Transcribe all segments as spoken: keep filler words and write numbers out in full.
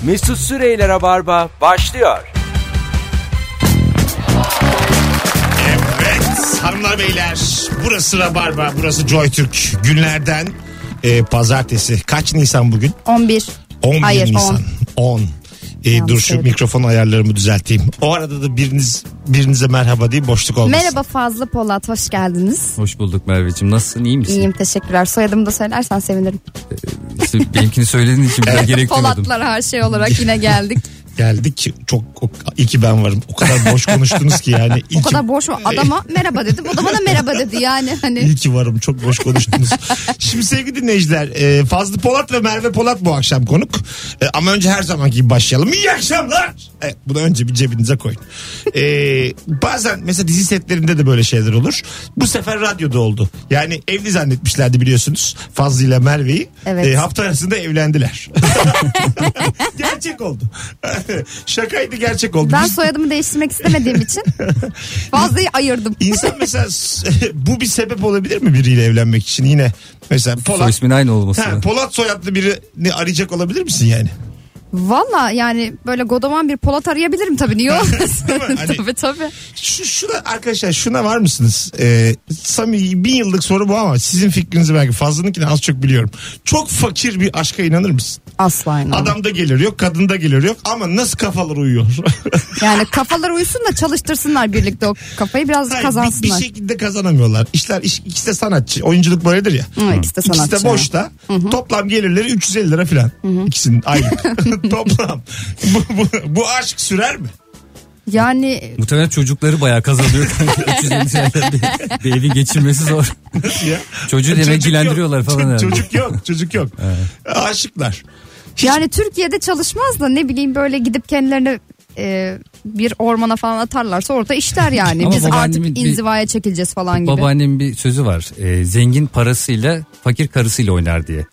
Mesut Süreyler'e Barba başlıyor. Evet hanımlar beyler, burası Rabarba, burası JoyTürk. Günlerden e, pazartesi. Kaç Nisan bugün? on bir. on bir Hayır, Nisan. on. E, dur şu söyledim. mikrofon ayarlarımı düzelteyim. O arada da biriniz birinize merhaba diyeyim, boşluk olmasın. Merhaba Fazlı Polat, hoş geldiniz. Hoş bulduk Merveciğim. Nasılsın? İyi misin? İyiyim, teşekkürler. Soyadımı da söylersen sevinirim. İşte benimkini söylediğin için biraz gerek duymadım. Polatlar her şey olarak yine geldik. Geldik. Çok o, iyi ki ben varım. O kadar boş konuştunuz ki yani. O kadar boş mu? Adama merhaba dedim. O da bana merhaba dedi yani. Hani. İyi ki varım. Çok boş konuştunuz. Şimdi sevgili dinleyiciler, e, Fazlı Polat ve Merve Polat bu akşam konuk. E, ama önce her zamanki gibi başlayalım. İyi akşamlar. Evet, bunu önce bir cebinize koyun. E, bazen mesela dizi setlerinde de böyle şeyler olur. Bu sefer radyoda oldu. Yani evli zannetmişlerdi biliyorsunuz. Fazlı ile Merve'yi. Evet. E, hafta arasında evlendiler. Gerçek oldu. Şakaydı, gerçek oldu. Ben Biz... soyadımı değiştirmek istemediğim için Fazlı'yı ayırdım. İnsan mesela bu bir sebep olabilir mi biriyle evlenmek için? Yine mesela Polat, Soy ismin aynı olması. he, Polat soyadlı birini arayacak olabilir misin yani? Valla yani böyle godoman bir Polat arayabilirim tabii. Niye olmasın? Hani, tabii tabii. Şu, şuna arkadaşlar, şuna var mısınız? Ee, samimi bin yıllık soru bu ama sizin fikrinizi belki Fazlı'nınkini az çok biliyorum. Çok fakir bir aşka inanır mısın? Asla inanmam. Adam da gelir yok, kadın da gelir yok ama nasıl kafalar uyuyor? Yani kafalar uyusun da çalıştırsınlar birlikte o kafayı, biraz Hayır, kazansınlar. Bir, bir şekilde kazanamıyorlar. İşler iş, ikisi de sanatçı. Oyunculuk böyledir ya. Hı, ikisi de sanatçı. İkisi de boşta. Hı-hı. Toplam gelirleri üç yüz elli lira falan. Hı-hı. İkisinin aylık. Toplam. Bu, bu, bu aşk sürer mi? Yani Muhtemelen çocukları bayağı kazanıyor. üç yüz elli seneden bir, bir evin geçirmesi zor. Ya. Çocuğu Çocuk emeklendiriyorlar yok. falan herhalde. Çocuk yok. Çocuk yok. Evet. Aşıklar. Hiç... Yani Türkiye'de çalışmaz da ne bileyim böyle gidip kendilerine e, bir ormana falan atarlarsa orada işler yani. Ama Biz artık babaannemin bir- inzivaya çekileceğiz falan gibi. Babaannemin bir sözü var. Ee, zengin parasıyla fakir karısıyla oynar diye.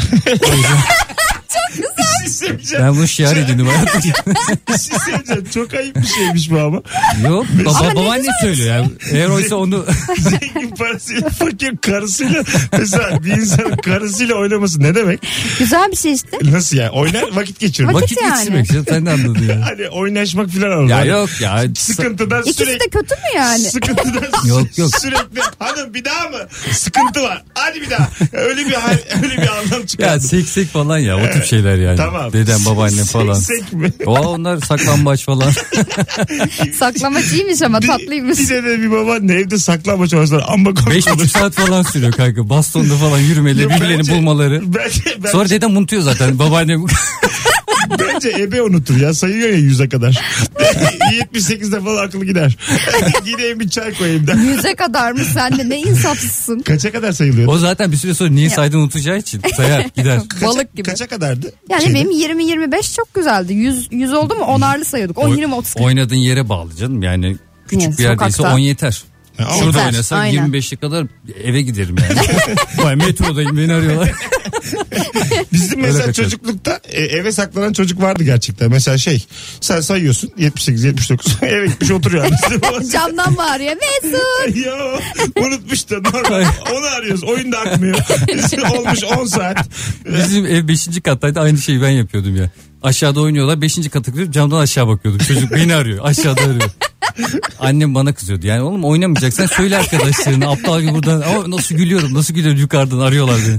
Ben bunu şiar edindim hayatım. Bir şey söyleyeceğim. Çok ayıp bir şeymiş bu ama. Yok baba, Ama ne babaanne güzel söylüyor yani. Eğer oysa onu Zengin parasıyla fakir karısıyla, mesela bir insanın karısıyla oynaması ne demek? Güzel bir şey işte. Nasıl yani? Oynar, vakit geçirmek. Vakit vakit yani. geçirmek işte, sen de anladın ya. Hani oynaşmak falan olur. Ya Hani yok ya. sıkıntıdan İkisi sürekli. de kötü mü yani? Sıkıntıdan Yok, yok. sürekli hanım bir daha mı? Sıkıntı var. Hadi bir daha. Öyle bir hal, öyle bir anlam çıkardı. Ya seksek falan ya, o tip şeyler yani. Tamam. Dedem babaannem falan. Seksek mi? O onlar saklambaç falan. Saklamaç iyiymiş ama tatlıymış. Bir de bir babaanne evde saklanmaç oynasalar amma komik Beş olur. buçuk saat falan sürüyor kanka. Bastonda falan yürümeleri, Yok, birbirlerini bence- bulmaları. Bence, bence, Sonra dedem unutuyor zaten. Babaannem bence ebe unutur ya, sayıyor ya yüze kadar. yetmiş sekizde falan akıllı gider. Gideyim bir çay koyayım da. Yüze kadar mı, sen de ne insafsızsın. Kaça kadar sayılıyor? o zaten bir süre sonra niye saydığını unutacağı için sayar gider. Kaça, balık gibi. Kaça kadardı? Yani Şeyde? benim yirmi yirmi beş çok güzeldi. yüz yüz oldu mu onarlı sayıyorduk. on yirmi otuz. Oynadığın yere bağlı canım. Yani küçük Evet, bir yerdeyse sokakta. on yeter. Ha, Şurada Yeter, oynasak aynen. yirmi beşe kadar eve giderim yani. Vay, metrodayım, beni arıyorlar. Bizim mesela kaçar. çocuklukta e, eve saklanan çocuk vardı gerçekten. Mesela şey, sen sayıyorsun yetmiş sekiz yetmiş dokuz eve gitmiş oturuyor. Camdan bağırıyor Mesut. Yo, unutmuş da normal. Onu arıyoruz. Oyun da akmıyor. Olmuş on saat. Bizim ev beşinci kattaydı, aynı şeyi ben yapıyordum ya. Aşağıda oynuyorlar, beşinci kata gidiyorum, camdan aşağı bakıyordum. Çocuk beni arıyor, aşağıda arıyor. Annem bana kızıyordu. Yani oğlum oynamayacaksan söyle arkadaşlarına, aptal gibi buradan. Ama nasıl gülüyorum, nasıl gülüyorum, yukarıdan arıyorlar beni.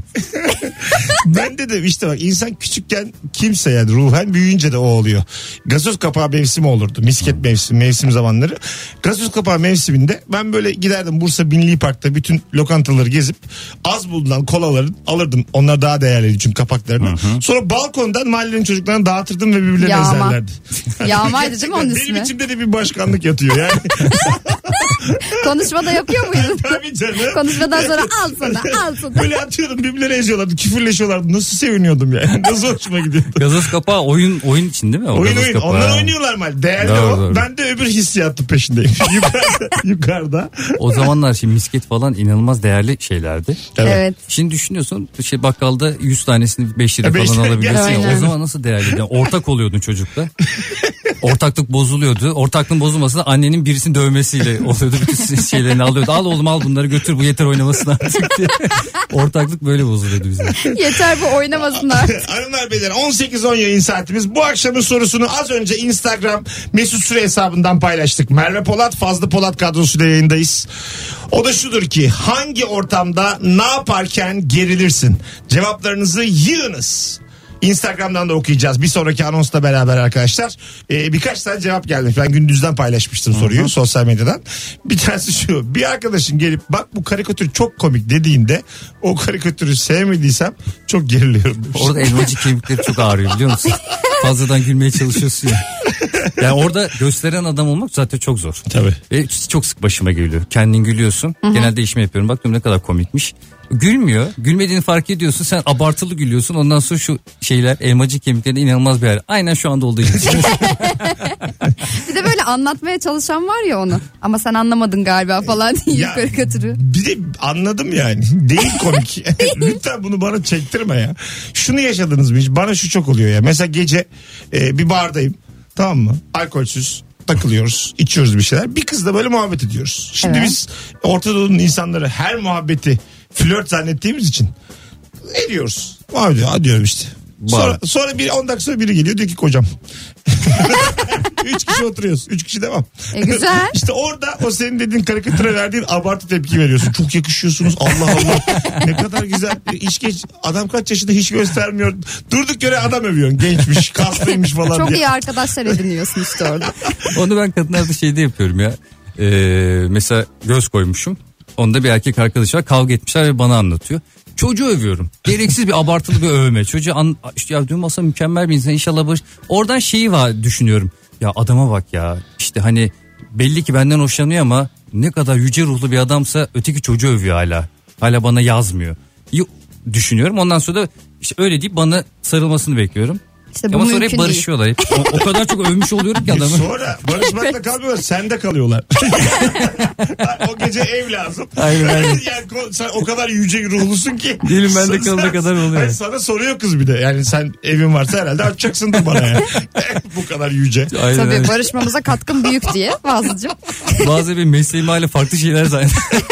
Ben de de işte bak, insan küçükken kimse yani ruhen, büyüyünce de o oluyor. Gazoz kapağı mevsimi olurdu. Misket mevsimi, mevsim zamanları. Gazoz kapağı mevsiminde ben böyle giderdim Bursa Binli Park'ta bütün lokantaları gezip az bulunan kolaları alırdım. Onlar daha değerliydi çünkü kapaklarını. Hı hı. Sonra balkondan mahallenin çocuklarına dağıtırdım ve birbirlerine Yağma. ezerlerdi. Yağmaydı değil mi onun Benim ismi? içimde de bir başkanlık yatıyor yani. Konuşmada yapıyor muydun? Tabii canım. Konuşmadan sonra al sana al sana. Böyle atıyordum, birbirlerine eziyorlardı, küfürleşiyorlardı. Nasıl seviniyordum yani. Nasıl hoşuma gidiyordu. Gazoz kapağı oyun oyun için değil mi? O Oyun gazoz oyun. kapağı. Onlar oynuyorlar mı? Değerli Doğru, o. doğru. Ben de öbür hissiyatı peşindeyim. yukarıda. yukarıda. O zamanlar şimdi misket falan inanılmaz değerli şeylerdi. Evet. Evet. Şimdi düşünüyorsun, şey bakkalda yüz tanesini beş lira Beş falan lira, alabilirsin ya. aynen. O zaman nasıl değerli? Yani ortak oluyordun çocukla. Ortaklık bozuluyordu. Ortaklığın bozulması da annenin birisini dövmesiyle oluyordu. Bütün şeylerini alıyordu. Al oğlum al bunları götür, bu yeter oynamasın artık diye. Ortaklık böyle bozuluyordu bize. Yeter bu oynamasın artık. Hanımlar beyler on sekiz on yayın saatimiz. Bu akşamın sorusunu az önce Instagram Mesut Süre hesabından paylaştık. Merve Polat, Fazlı Polat kadrosuyla yayındayız. O da şudur ki, hangi ortamda ne yaparken gerilirsin? Cevaplarınızı yığınız. Instagram'dan da okuyacağız. Bir sonraki anonsla beraber arkadaşlar. Ee, birkaç tane cevap geldi. Ben gündüzden paylaşmıştım soruyu, Hı-hı. sosyal medyadan. Bir tanesi şu: bir arkadaşın gelip bak bu karikatür çok komik dediğinde o karikatürü sevmediysem çok geriliyorum demiş. Orada elmacık kemikleri çok ağrıyor biliyor musun? Fazladan gülmeye çalışıyorsun ya. Yani orada gösteren adam olmak zaten çok zor. Tabii. Ve çok sık başıma geliyor. Kendin gülüyorsun. Hı-hı. Genelde işimi yapıyorum. Bak ne kadar komikmiş. Gülmüyor. Gülmediğini fark ediyorsun. Sen abartılı gülüyorsun. Ondan sonra şu şeyler, elmacık kemiklerinde inanılmaz bir yer. Aynen şu anda olduğu gibi. Bir de böyle anlatmaya çalışan var ya onu. Ama sen anlamadın galiba falan diye karikatürü. Bir de anladım yani. Değil komik. Lütfen bunu bana çektirme ya. Şunu yaşadınız mı hiç? Bana şu çok oluyor ya. Mesela gece e, bir bardayım. Tamam mı? Alkolsüz takılıyoruz, içiyoruz bir şeyler. Bir kızla böyle muhabbet ediyoruz. Şimdi Evet. biz Orta Doğu'nun insanları her muhabbeti flört zannettiğimiz için ediyoruz. Muhabbet ediyor. Hadi diyorum işte. Sonra, sonra bir on dakika sonra biri geliyor, diyor ki kocam. Üç kişi oturuyoruz. Üç kişi devam. E güzel. İşte orada o senin dediğin karikatüre verdiğin abartı tepki veriyorsun. Çok yakışıyorsunuz. Allah Allah. Ne kadar güzel. İş geç. Adam kaç yaşında hiç göstermiyor. Durduk yere adam övüyorsun. Gençmiş, kaslıymış falan Çok diye. iyi arkadaşlar ediniyorsun işte orada. Onu ben kadınlarda şeyde yapıyorum ya. Ee, mesela göz koymuşum. Onda bir erkek arkadaş var, kavga etmişler ve bana anlatıyor. Çocuğu övüyorum. Gereksiz bir abartılı bir övme. Çocuğu an, işte ya diyorum aslında mükemmel bir insan, inşallah barış. Oradan şeyi var düşünüyorum. Ya adama bak ya, işte hani belli ki benden hoşlanıyor ama ne kadar yüce ruhlu bir adamsa öteki çocuğu övüyor hala. Hala bana yazmıyor. İyi düşünüyorum. Ondan sonra da işte öyle deyip bana sarılmasını bekliyorum. İşte bu ama sonra hep mümkün barışıyorlar. Hep, o, o kadar çok övmüş oluyorum ki adamı. Sonra barışmakla kalmıyorlar. Sende kalıyorlar. O gece ev lazım. Aynen, aynen. Yani sen o kadar yüce ruhlusun ki. Dilim bende kalana kadar oluyor. Yani sana soruyor kız bir de. Yani sen evin varsa herhalde açacaksındır bana yani. Bu kadar yüce. Aynen, Tabii aynen. barışmamıza katkın büyük diye Fazlıcığım. Bazı bir mesleğim hala farklı şeyler zaten.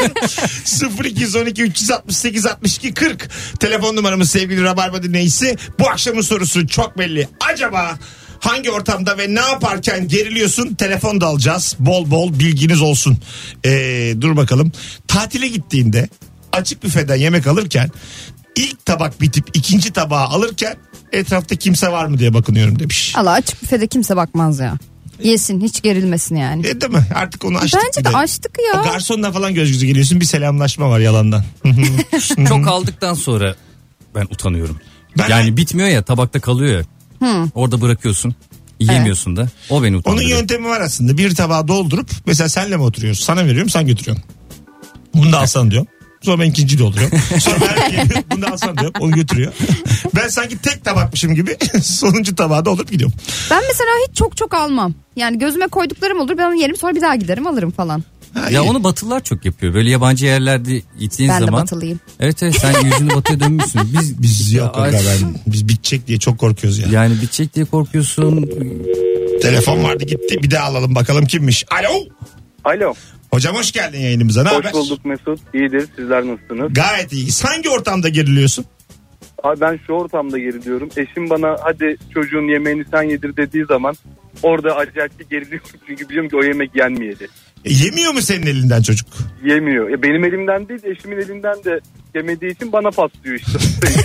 sıfır iki on iki üç altı sekiz altmış iki kırk telefon numaramız sevgili Rabarba dinleyicisi. Bu akşamın sorusu çok belli. Acaba hangi ortamda ve ne yaparken geriliyorsun? Telefon da alacağız. Bol bol bilginiz olsun. Ee, dur bakalım. Tatile gittiğinde açık büfeden yemek alırken ilk tabak bitip ikinci tabağı alırken etrafta kimse var mı diye bakınıyorum demiş. Allah, açık büfede kimse bakmaz ya. Yesin, hiç gerilmesin yani. E, değil mi? Artık onu açtık. Bence bir de de. açtık ya. O garsonla falan göz göze geliyorsun, bir selamlaşma var yalandan. Çok aldıktan sonra ben utanıyorum. Ben- Yani bitmiyor ya, tabakta kalıyor ya. Hmm. Orada bırakıyorsun. Yiyemiyorsun da. O beni Onun utandırıyor. yöntemi var aslında. Bir tabağı doldurup mesela senle mi oturuyoruz? Sana veriyorum, sen götürüyorsun. Bunu da alsan diyorum. Sonra ben ikinciyi dolduruyorum. Sonra ben geliyorum, bunu da alsan diyorum. Onu götürüyor. Ben sanki tek tabakmışım gibi sonuncu tabağı doldurup gidiyorum. Ben mesela hiç çok çok almam. Yani gözüme koyduklarım olur, ben onu yerim, sonra bir daha giderim alırım falan. Ha, Ya iyi. onu Batılılar çok yapıyor. Böyle yabancı yerlerde gittiğin Ben de zaman. batılıyım. Evet evet, sen yüzünü batıya dönmüşsün. Biz Biz yok Ay, orada ben. Biz bitecek diye çok korkuyoruz ya. Yani bitecek diye korkuyorsun. Telefon vardı gitti. Bir daha alalım bakalım kimmiş. Alo. Alo. Hocam hoş geldin yayınımıza. Ne haber? Hoş bulduk Mesut. İyidir. Sizler nasılsınız? Gayet iyiyiz. Hangi ortamda geriliyorsun? Abi ben şu ortamda geriliyorum. Eşim bana hadi çocuğun yemeğini sen yedir dediği zaman orada acayip bir geriliyorum. Çünkü biliyorum ki o yemek yenmeyecek. E, yemiyor mu senin elinden çocuk? Yemiyor. Ya benim elimden değil, eşimin elinden de yemediği için bana paslıyor işte.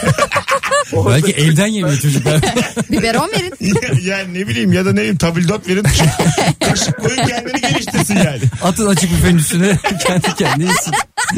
Orada- Belki evden yemiyor çocuklar. Biberon verin. Yani ne bileyim, ya da ne bileyim tabildot verin. Kaşık koyun kendini geliştirsin yani. Atın açık büfenin üstüne kendi kendine yesin.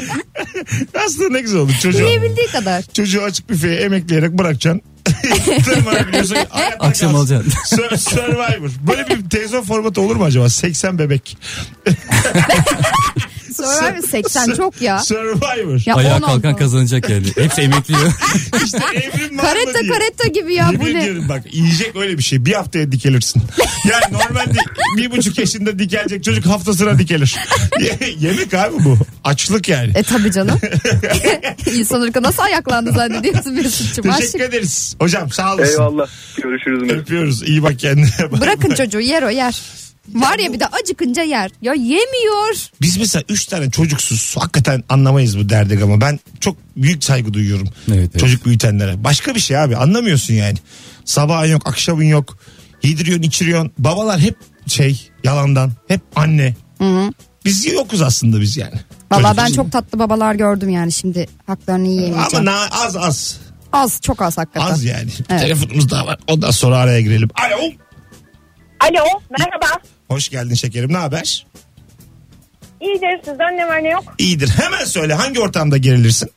Aslında ne güzel olur. Çocuğu, Yiyebildiği kadar. çocuğu açık büfeye emekleyerek bırakacaksın. Tırmanabiliyorsun. hayatta Akşam kalsın. alacaksın. Sur- Survivor. Böyle bir televizyon formatı olur mu acaba? seksen bebek. Survivor seksen çok ya. Survivor. Ya Ayağa on kalkan on. kazanacak yani. Hepsi emekliyor. İşte evrim var mı Karetta diye. karetta gibi ya, Yemin bu ne? ediyorum bak, yiyecek öyle bir şey. Bir haftaya dikelirsin. Yani normalde bir buçuk yaşında dikelecek çocuk haftasına dikelir. Yemek abi bu. Açlık yani. E tabii canım. İnsan ırkı nasıl ayaklandı zannediyorsun bir suçum. Teşekkür ederiz. Hocam sağ olasın. Eyvallah. Görüşürüz. Mesut. Öpüyoruz. İyi bak kendine. Bırakın çocuğu, yer o yer. Var ya bir de acıkınca yer. Ya yemiyor. Biz mesela üç tane çocuksuz hakikaten anlamayız bu derdi ama ben çok büyük saygı duyuyorum. Evet, evet. Çocuk büyütenlere. Başka bir şey abi, anlamıyorsun yani. Sabahın yok, akşamın yok. Yediriyorsun, içiriyorsun. Babalar hep şey yalandan. Hep anne. Hı hı. Biz yokuz aslında biz yani. Valla Çocuk ben için. çok tatlı babalar gördüm yani, şimdi haklarını Ama yiyemeyeceğim. na- az az. Az, çok az hakikaten. Az yani. Evet. Telefonumuz daha var. Ondan sonra araya girelim. Alo. Alo, merhaba. Hoş geldin şekerim. Ne haber? İyidir, sizden ne var ne yok? İyidir. Hemen söyle, hangi ortamda gerilirsin?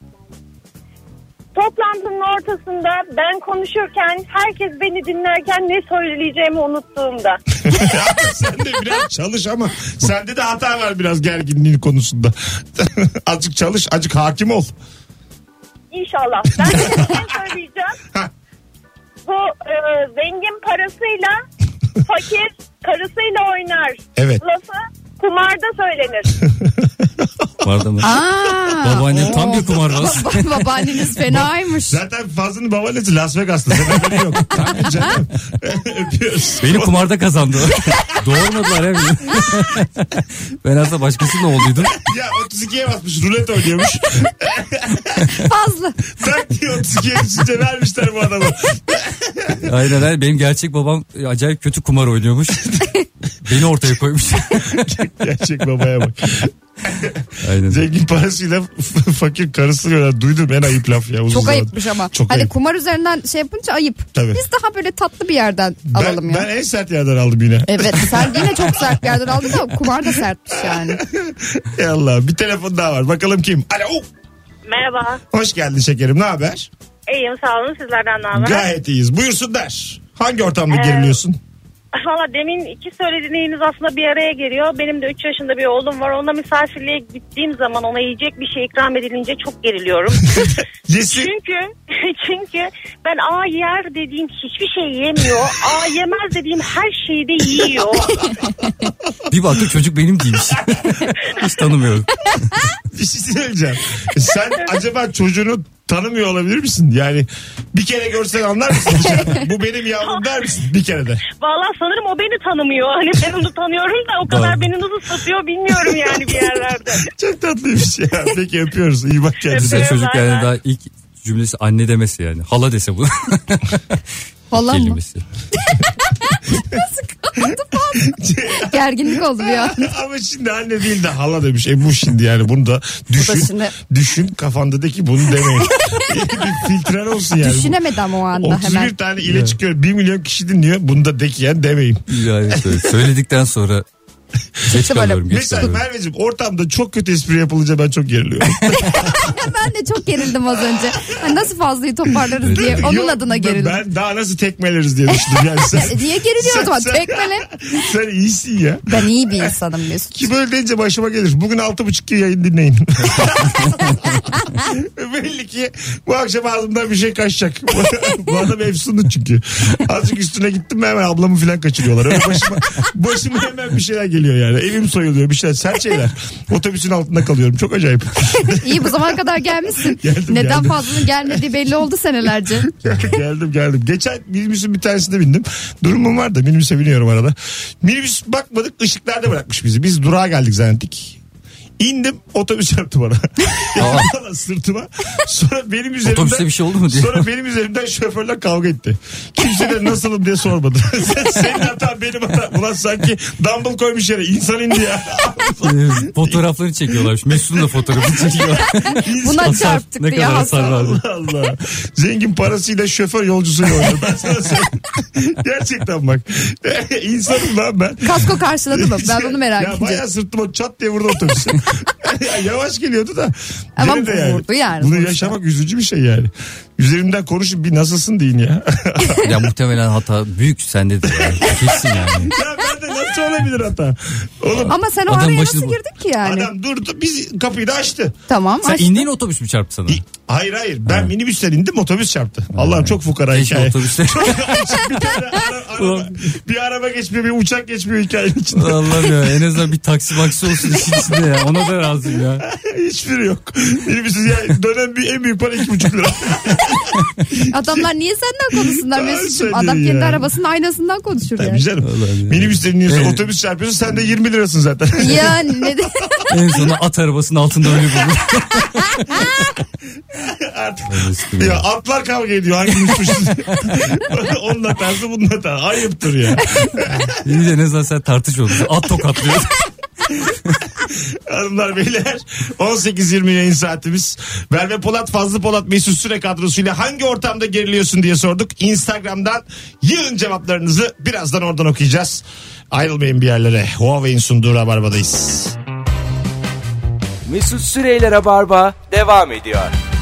Toplantının ortasında ben konuşurken herkes beni dinlerken ne söyleyeceğimi unuttuğumda. Sen de biraz çalış ama sende de hata var biraz gerginliğin konusunda. Azıcık çalış, azıcık hakim ol. İnşallah. Ben de bir şey söyleyeceğim. Ha. Bu e, zengin parasıyla fakir karısıyla oynar. Evet. Lafı kumarda söylenir. Vardı mı? Aa, Babaannem tam bir kumarbaz. Ba- babaanneniz fenaymış. Zaten Fazlı'nın babaannesi Las Vegas'ta. Senin haberi yok. Tabii canım. Öpüyoruz. Beni kumarda kazandı. Doğurmadılar ya beni. Ben aslında başkasının oğluydum. Ya otuz ikiye basmış, rulet oynuyormuş. Fazla. Tak diye otuz ikiye düşünce vermişler bu adamı. Aynen aynen. Benim gerçek babam acayip kötü kumar oynuyormuş. Beni ortaya koymuş. Gerçek babaya bak. Aynen. Zengin parasıyla f- fakir karısıyla, duydum en ayıp laf ya. Uzun Çok zaman. ayıpmış ama. Çok hani ayıp. kumar üzerinden şey yapınca ayıp. Tabii. Biz daha böyle tatlı bir yerden alalım Ben, ya. ben en sert yerden aldım yine. Evet, sen yine çok sert bir yerden aldın ama kumar da sertmiş yani. Ey Allah, bir telefon daha var. Bakalım kim? Alo. Merhaba. Hoş geldin şekerim. Ne haber? İyiyim, sağ olun, sizlerden ne haber? Gayet iyiyiz. Buyursunlar. Hangi ortamda Ee, geriliyorsun? Valla demin iki söylediğiniz aslında bir araya geliyor. Benim de üç yaşında bir oğlum var. Onunla misafirliğe gittiğim zaman ona yiyecek bir şey ikram edilince çok geriliyorum. Yesin. çünkü çünkü ben a yer dediğim hiçbir şey yemiyor. A yemez dediğim her şeyi de yiyor. Bir baktık çocuk benim değilmiş. Hiç tanımıyorum. Bir şey söyleyeceğim. Sen acaba çocuğunu tanımıyor olabilir misin? Yani bir kere görsen anlar mısın dışarıda? Bu benim yavrum der misin bir kere de? Valla sanırım o beni tanımıyor. Hani ben onu tanıyorum da o kadar Doğru. beni nasıl satıyor bilmiyorum yani bir yerlerde. Çok tatlıymış ya. Peki öpüyoruz. İyi bak kendine. Bize Evet. çocuk yani Aynen. daha ilk cümlesi anne demesi yani. Hala dese bu. Falan mı? Kelimesi. Gerginlik oldu bir an. Ama şimdi anne değil de hala demiş. E bu şimdi yani bunu da düşün. şimdi- Düşün kafanda de ki bunu demeyin. Bir filtren olsun yani. Düşünemedi ama o anda otuz bir hemen. tane ile çıkıyor. bir milyon kişi dinliyor. Bunu da de ki yani demeyin. Yani söyle- söyledikten sonra geç böyle- kalıyorum. Geç Mesela kalıyorum. Merveciğim, ortamda çok kötü espri yapılınca ben çok geriliyorum. Ben de çok gerildim az önce. Hani nasıl fazlayı toparlarız diye onun Yok, adına ben- gerildim. Ben daha nasıl tekmeleriz diye düşündüm. Yani sen, E, Niye geriliyor o zaman? Sen- Tekmele. sen iyisin ya. Ben iyi bir insanım Mesut. Ki böyle deyince başıma gelir. Bugün altı buçuk yayın dinleyin. Belli ki bu akşam ağzımdan bir şey kaçacak. Bu adam efsunlu çünkü. Azıcık üstüne gittim mi hemen ablamı falan kaçırıyorlar. Öyle başıma, başıma hemen bir şeyler geliyor yani. Evim soyuluyor, bir şeyler, sert şeyler. Otobüsün altında kalıyorum. Çok acayip. İyi, bu zamana kadar gelmişsin. Geldim, Neden geldim. fazlanın gelmediği belli oldu senelerce. geldim geldim. Geçen minibüsün bir tanesine bindim. Durumum var da minibüse biniyorum arada. Minibüs bakmadık, ışıklarda bırakmış bizi. Biz durağa geldik zannettik. İndim, otobüs yaptı bana. Bana sırtıma. Sonra benim üzerimden... Otobüste bir şey oldu mu diye. Sonra benim üzerimden şoförle kavga etti. Kimse de nasılım diye sormadı. Senin hatan benim hatam. Ulan sanki dumbbell koymuş yere. İnsan indi ya. Ee, Fotoğrafları çekiyorlarmış. Mesut'un da fotoğrafını çekiyor. Buna Hasar, çarptık ne diye kadar hasar. hasar vardı. Allah Allah. Zengin parasıyla şoför yolcusuyla oynadı. Ben sana söyleyeyim. Gerçekten bak. İnsanım lan ben. Kasko karşıladı mı? Ben bunu merak Ya ediyorum. bayağı sırtıma çat diye vurdu otobüsü. Ya yavaş geliyordu da. Ama Gene de vurdu yani Bunu sonuçta. yaşamak üzücü bir şey yani. Üzerimden konuşun, bir nasılsın deyin ya. Ya muhtemelen hata büyük sendedir yani. Kesin yani. Ya ben de nasıl Nasıl olabilir hata? Oğlum Ama sen o Adam araya başını nasıl bu- girdin ki yani? adam durdu, biz kapıyı da açtı. Tamam. Sen açtı. indiğin otobüs mü çarptı sana? Hayır hayır ben minibüsten indim, otobüs çarptı. Allah'ım çok fukara Keşke hikaye. otobüste. bir tane ara- araba, bir araba geçmiyor, bir uçak geçmiyor hikayenin içinde. Allah'ım ya, en azından bir taksi maksi olsun işin içinde ya. Ona da razıyım ya. Hiçbiri yok. Minibüsüz yani dönem bir en büyük para iki buçuk lira. Adamlar niye senden konuşsunlar Daha Mesut'cum? söyleyeyim Adam kendi ya. arabasının aynasından konuşur Tabii yani. canım. Vallahi ya. Minibüsten iniyorsun, Evet. otobüs çarpıyorsun, sen de yirmi lirasın zaten. Yani ne de... En sonunda at arabasının altında öyle bulur. Artık Öyle ya atlar kavga ediyor hangimiz suçsuz. Onun hatası bunun hatası. Ayıptır ya. İyi de ne zaman sen tartış oldu. At tokatlıyor. Hanımlar beyler on sekiz yirmi yayın saatimiz. Merve Polat, Fazlı Polat, Mesut Süre kadrosuyla hangi ortamda geriliyorsun diye sorduk. Instagram'dan yığın cevaplarınızı, birazdan oradan okuyacağız. Ayrılmayın bir yerlere. Huawei'in sunduğu Rabarba'dayız. Mesut Süreyler'e barba devam ediyor.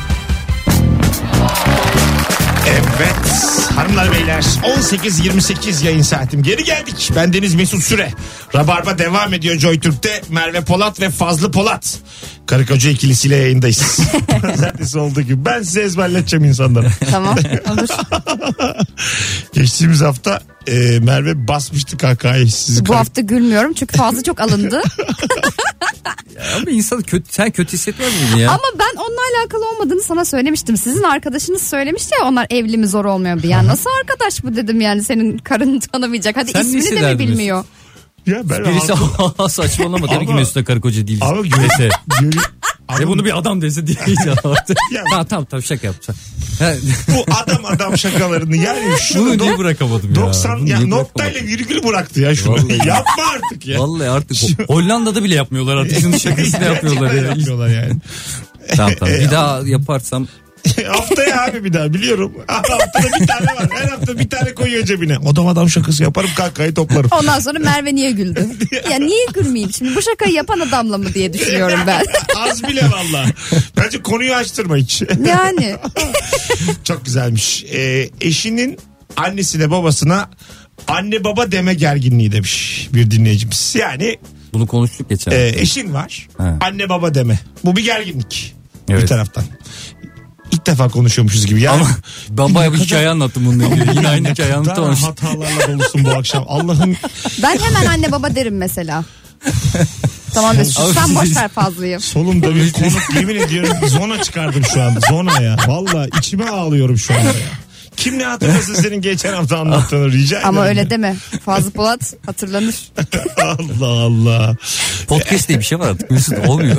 Evet hanımlar beyler on sekiz yirmi sekiz yayın saatim, geri geldik. Bendeniz Mesut Süre. Rabarba devam ediyor Joy Türk'te. Merve Polat ve Fazlı Polat karı koca ikilisiyle yayındayız. Pazartesi olduğu gibi ben size ezberleteceğim insanlara. Tamam olur. Geçtiğimiz hafta e, Merve basmıştı kahkahayı. Sizi Bu karı... hafta gülmüyorum çünkü fazla çok alındı. Ama insan kötü, sen kötü hissetmez miydin ya? Ama ben onunla alakalı olmadığını sana söylemiştim. Sizin arkadaşınız söylemişti ya, onlar evli mi zor olmuyor mu? Yani nasıl arkadaş bu dedim, yani senin karını tanımayacak. Hadi Sen ne ismini de mi hissederdin bilmiyor? Ya ben Birisi halkım- saçmalama tabii ki Ama- Mesut'a karı koca değiliz. Ama gör, Dese. gör, E bunu bir adam dese diyeceğim. Ya- Tamam tamam tamam şaka yapacağım. Ha, bu adam adam şakalarını yani şunu Bunu niye dok- bırakamadım ya? doksan Bunu ya niye noktayla bırakamadım? virgül bıraktı ya şunu. Vallahi. Yapma artık ya. Vallahi artık Hollanda'da bile yapmıyorlar artık. Şunun şakasını yapıyorlar ya. Yapıyorlar yani. Tamam tamam bir daha yaparsam. Haftaya abi bir daha biliyorum. Haftada bir tane var. Her hafta bir tane koyuyor cebine. Adam adam şakası yaparım, kahkahayı toplarım. Ondan sonra Merve niye güldü? Ya niye gülmeyeyim şimdi, bu şakayı yapan adamla mı diye düşünüyorum ben. Az bile valla. Bence konuyu açtırma hiç. Yani. Çok güzelmiş. Ee, eşinin annesine babasına anne baba deme gerginliği demiş bir dinleyicimiz. Yani Bunu konuştuk geçen. e, eşin var, Ha. anne baba deme. Bu bir gerginlik. Evet. Bir taraftan. İlk defa konuşuyormuşuz gibi. Yani, Ama ben bayağı bir hikaye anlattım bununla ilgili. Yine aynı hikaye Daha anlatamamış. hatalarla dolusun bu akşam. Allah'ım. Ben hemen anne baba derim mesela. Tamam Mesut, Ama sen siz- boş ver Fazlı'yı. Solumda bir konuk, yemin ediyorum zona çıkardım şu anda. Zona ya. Valla içime ağlıyorum şu anda ya. Kim ne hatırlasın senin geçen hafta anlattığını, rica ederim. Ama öyle ya. deme. Fazlı Polat hatırlanır. Allah Allah. Podcast diye bir şey var artık. Mesut olmuyor.